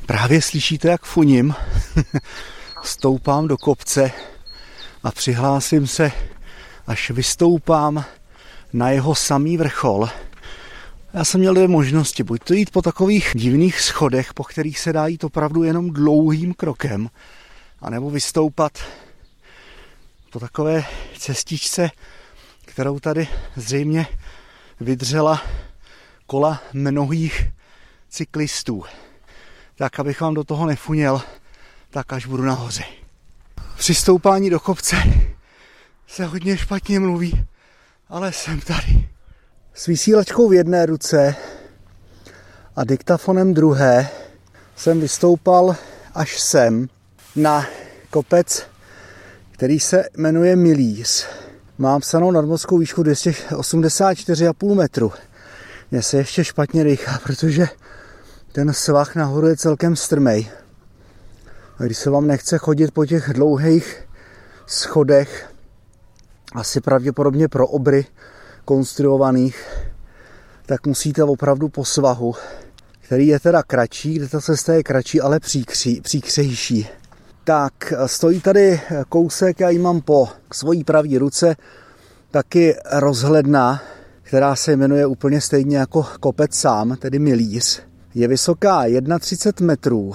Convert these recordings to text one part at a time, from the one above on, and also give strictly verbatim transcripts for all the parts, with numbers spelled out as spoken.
Právě slyšíte, jak funím. Stoupám do kopce a přihlásím se, až vystoupám na jeho samý vrchol. Já jsem měl dvě možnosti, buď to jít po takových divných schodech, po kterých se dá jít opravdu jenom dlouhým krokem, anebo vystoupat po takové cestičce, kterou tady zřejmě vydřela kola mnohých cyklistů. Tak, abych vám do toho nefuněl, tak až budu nahoře. Při stoupání do kopce se hodně špatně mluví, ale jsem tady. S vysílačkou v jedné ruce a diktafonem druhé jsem vystoupal až sem na kopec, který se jmenuje Milíř. Mám psanou nadmořskou výšku dvě stě osmdesát čtyři celá pět metru. Mně se ještě špatně dýchá, protože ten svah nahoru je celkem strmej. A když se vám nechce chodit po těch dlouhých schodech, asi pravděpodobně pro obry konstruovaných, tak musíte opravdu po svahu, který je teda kratší, kde ta cesta je kratší, ale příkří, příkřejší. Tak stojí tady kousek, já ji mám po svojí pravé ruce, taky rozhledna, která se jmenuje úplně stejně jako kopec sám, tedy Milíř. Je vysoká třicet jedna metrů.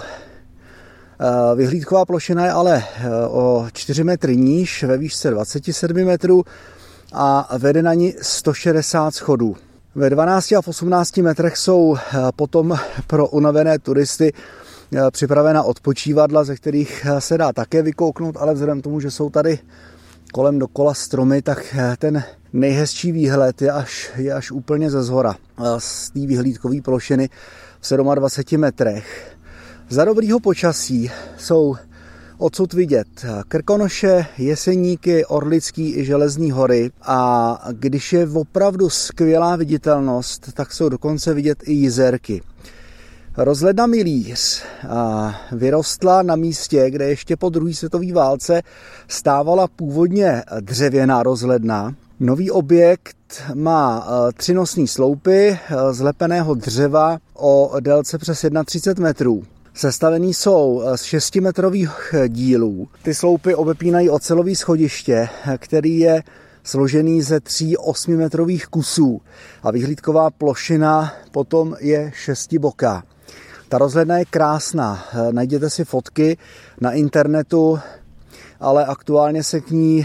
Vyhlídková plošina je ale o čtyři metry níž, ve výšce dvacet sedm metrů a vede na ní sto šedesát schodů. Ve dvanácti a v osmnácti metrech jsou potom pro unavené turisty připravena odpočívadla, ze kterých se dá také vykouknout, ale vzhledem k tomu, že jsou tady kolem dokola stromy, tak ten nejhezčí výhled je až, je až úplně ze zhora z té vyhlídkové plošiny v dvaceti sedmi metrech. Za dobrýho počasí jsou odsud vidět Krkonoše, Jeseníky, Orlický i Železní hory a když je opravdu skvělá viditelnost, tak jsou dokonce vidět i jizerky. Rozhledna Milíř vyrostla na místě, kde ještě po druhé světové válce stávala původně dřevěná rozhledna. Nový objekt má tři nosné sloupy z lepeného dřeva o délce přes třicet jedna metrů. Sestavený jsou z šestimetrových dílů. Ty sloupy obepínají ocelový schodiště, který je složený ze tří osmimetrových kusů a vyhlídková plošina potom je šestiboká. Ta rozhledna je krásná, najděte si fotky na internetu, ale aktuálně se k ní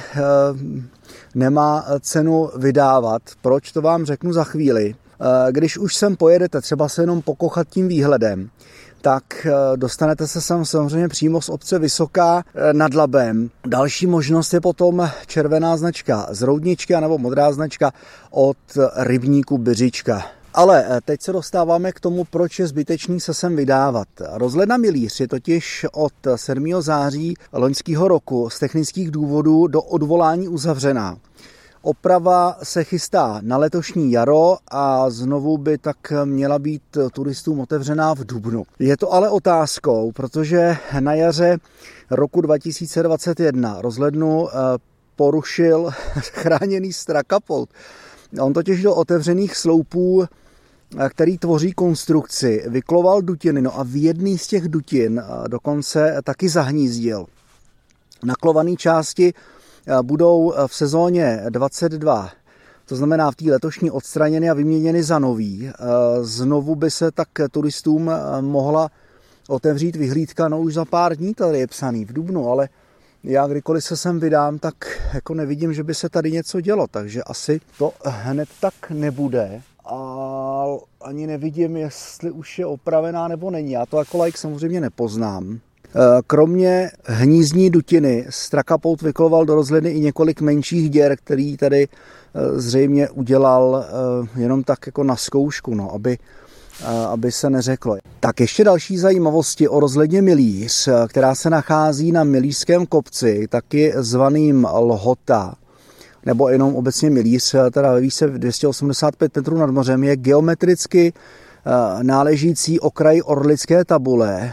nemá cenu vydávat. Proč, to vám řeknu za chvíli. Když už sem pojedete, třeba se jenom pokochat tím výhledem, tak dostanete se sem samozřejmě přímo z obce Vysoká nad Labem. Další možnost je potom červená značka z Roudničky nebo modrá značka od rybníku Byřička. Ale teď se dostáváme k tomu, proč je zbytečný se sem vydávat. Rozhledna Milíř je totiž od sedmého září loňského roku z technických důvodů do odvolání uzavřená. Oprava se chystá na letošní jaro a znovu by tak měla být turistům otevřená v dubnu. Je to ale otázkou, protože na jaře roku dva tisíce dvacet jedna rozhlednu porušil chráněný Strakapout. On totiž do otevřených sloupů, který tvoří konstrukci, vykloval dutiny, no a v jedné z těch dutin dokonce taky zahnízdil. Naklované části budou v sezóně dvacet dva, to znamená v té letošní odstraněny a vyměněny za nový. Znovu by se tak turistům mohla otevřít vyhlídka, no už za pár dní, tady je psaný v dubnu, ale já kdykoliv se sem vydám, tak jako nevidím, že by se tady něco dělo, takže asi to hned tak nebude. A ani nevidím, jestli už je opravená nebo není. Já to jako laik samozřejmě nepoznám. Kromě hnízdní dutiny Strakapout vykloval do rozhledny i několik menších děr, který tady zřejmě udělal jenom tak jako na zkoušku, no, aby, aby se neřeklo. Tak ještě další zajímavosti o rozhledně Milíř, která se nachází na Milířském kopci, taky zvaným Lhota, nebo jenom obecně Milíř, teda ve výšce dvě stě osmdesát pět metrů nad mořem, je geometricky náležící okraji Orlické tabule,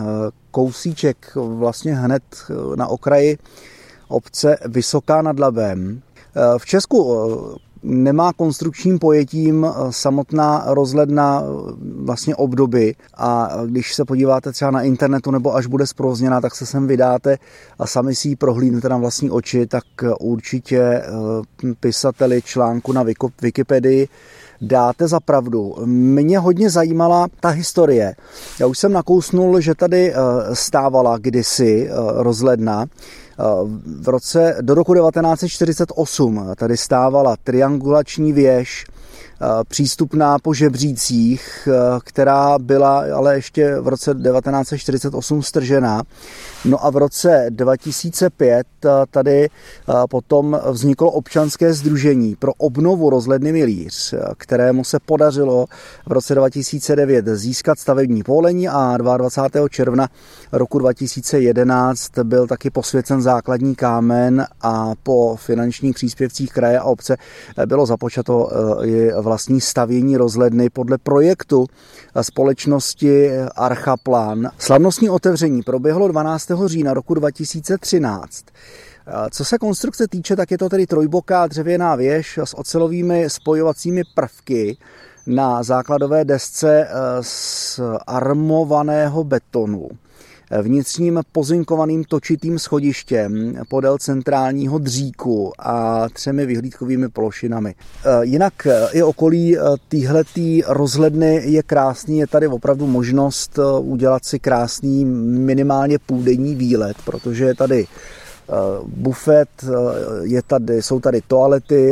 kousíček vlastně hned na okraji obce Vysoká nad Labem. V Česku nemá konstrukčním pojetím samotná rozhledna vlastně obdoby a když se podíváte třeba na internetu nebo až bude zprovozněná, tak se sem vydáte a sami si ji prohlídnete na vlastní oči, tak určitě pisateli článku na Wikipedii dáte za pravdu. Mě hodně zajímala ta historie. Já už jsem nakousnul, že tady stávala kdysi rozhledna. V roce do roku devatenáct set čtyřicet osm tady stávala triangulační věž, přístupná po žebřících, která byla ale ještě v roce devatenáct set čtyřicet osm stržená. No a v roce dva tisíce pět tady potom vzniklo občanské sdružení pro obnovu rozhledny Milíř, kterému se podařilo v roce dva tisíce devět získat stavební povolení a dvacátého druhého června roku dva tisíce jedenáct byl taky posvěcen základní kámen a po finančních příspěvcích kraje a obce bylo započato i vlastní stavění rozhledny podle projektu společnosti Archaplan. Slavnostní otevření proběhlo dvanáctého října roku dva tisíce třináct. Co se konstrukce týče, tak je to tedy trojboká dřevěná věž s ocelovými spojovacími prvky na základové desce z armovaného betonu, vnitřním pozinkovaným točitým schodištěm podél centrálního dříku a třemi vyhlídkovými plošinami. Jinak i okolí téhletý rozhledny je krásný, je tady opravdu možnost udělat si krásný minimálně půldenní výlet, protože je tady bufet, je tady, jsou tady toalety,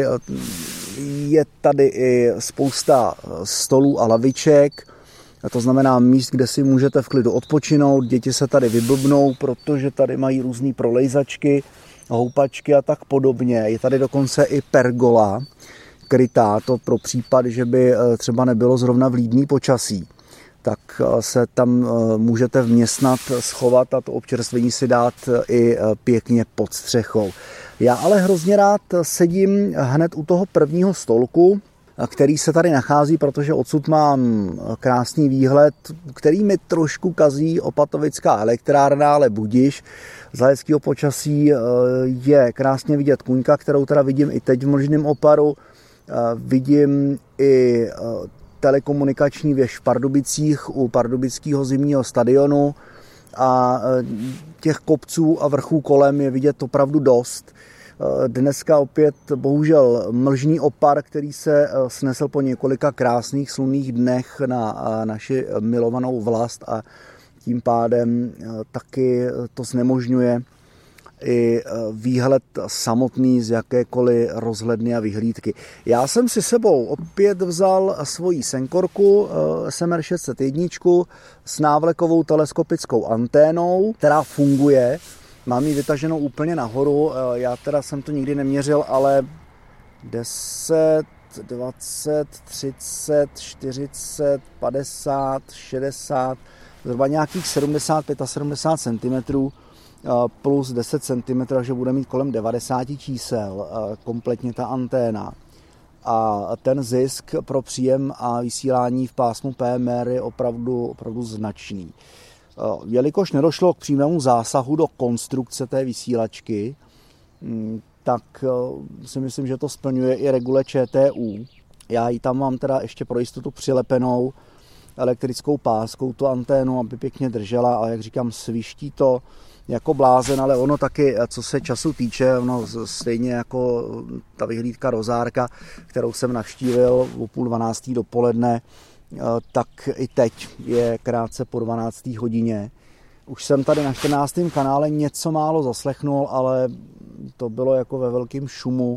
je tady i spousta stolů a laviček, a to znamená míst, kde si můžete v klidu odpočinout, děti se tady vyblbnou, protože tady mají různé prolejzačky, houpačky a tak podobně. Je tady dokonce i pergola krytá, to pro případ, že by třeba nebylo zrovna vlídný počasí, tak se tam můžete vměstnat, schovat a to občerstvení si dát i pěkně pod střechou. Já ale hrozně rád sedím hned u toho prvního stolku, který se tady nachází, protože odsud mám krásný výhled, který mi trošku kazí Opatovická elektrárna, ale budiš. Za hezkého počasí je krásně vidět Kuňka, kterou teda vidím i teď v mlžném oparu. Vidím i telekomunikační věž v Pardubicích u pardubického zimního stadionu a těch kopců a vrchů kolem je vidět opravdu dost. Dneska opět bohužel mlžný opar, který se snesl po několika krásných slunných dnech na naši milovanou vlast a tím pádem taky to znemožňuje i výhled samotný z jakékoliv rozhledny a vyhlídky. Já jsem si sebou opět vzal svoji Senkorku S M R šest set jedna s návlekovou teleskopickou anténou, která funguje. Mám ji vytaženou úplně nahoru, já teda jsem to nikdy neměřil, ale deset, dvacet, třicet, čtyřicet, padesát, šedesát, zhruba nějakých sedmdesát, sedmdesát pět centimetrů plus deset centimetrů, takže bude mít kolem devadesát čísel kompletně ta anténa. A ten zisk pro příjem a vysílání v pásmu P M R je opravdu, opravdu značný. Jelikož nedošlo k přímému zásahu do konstrukce té vysílačky, tak si myslím, že to splňuje i regule Č T U. Já ji tam mám teda ještě pro jistotu přilepenou elektrickou páskou, tu anténu, aby pěkně držela a jak říkám, sviští to jako blázen, ale ono taky, co se času týče, ono stejně jako ta vyhlídka Rozárka, kterou jsem navštívil o půl dvanáctý dopoledne, tak i teď je krátce po dvanácté hodině. Už jsem tady na čtrnáctém kanále něco málo zaslechnul, ale to bylo jako ve velkém šumu.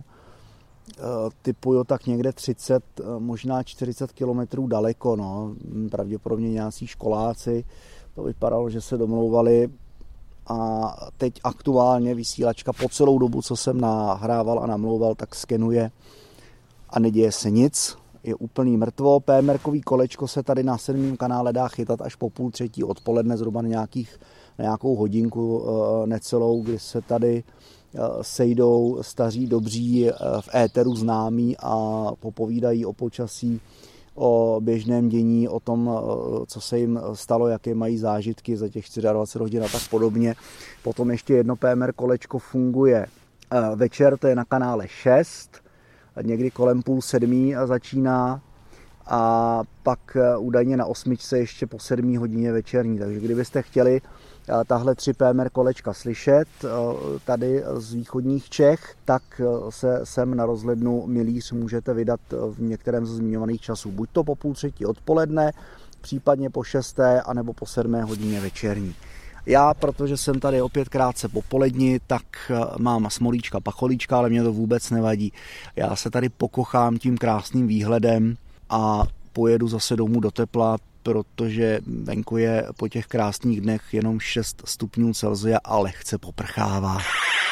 Typuju tak někde třicet, možná čtyřicet kilometrů daleko. No. Pravděpodobně nějací školáci. To vypadalo, že se domlouvali. A teď aktuálně vysílačka po celou dobu, co jsem nahrával a namlouval, tak skenuje a neděje se nic. Je úplný mrtvo. P M R-kový kolečko se tady na sedmém kanále dá chytat až po půl třetí odpoledne, zhruba na, nějakých, na nějakou hodinku necelou, kdy se tady sejdou staří dobří v éteru známí a popovídají o počasí, o běžném dění, o tom, co se jim stalo, jaké mají zážitky za těch dvacet čtyři hodin a tak podobně. Potom ještě jedno P M R kolečko funguje večer, to je na kanále šest. někdy kolem půl sedmí začíná a pak údajně na osmičce ještě po sedmý hodině večerní. Takže kdybyste chtěli tahle tři P M R kolečka slyšet tady z východních Čech, tak se sem na rozhlednu Milíř můžete vydat v některém z zmiňovaných časů. Buď to po půl třetí odpoledne, případně po šesté, anebo po sedmé hodině večerní. Já, protože jsem tady opět krátce popoledni, tak mám smolíčka, pacholíčka, ale mě to vůbec nevadí. Já se tady pokochám tím krásným výhledem a pojedu zase domů do tepla, protože venku je po těch krásných dnech jenom šest stupňů Celsia a lehce poprchává.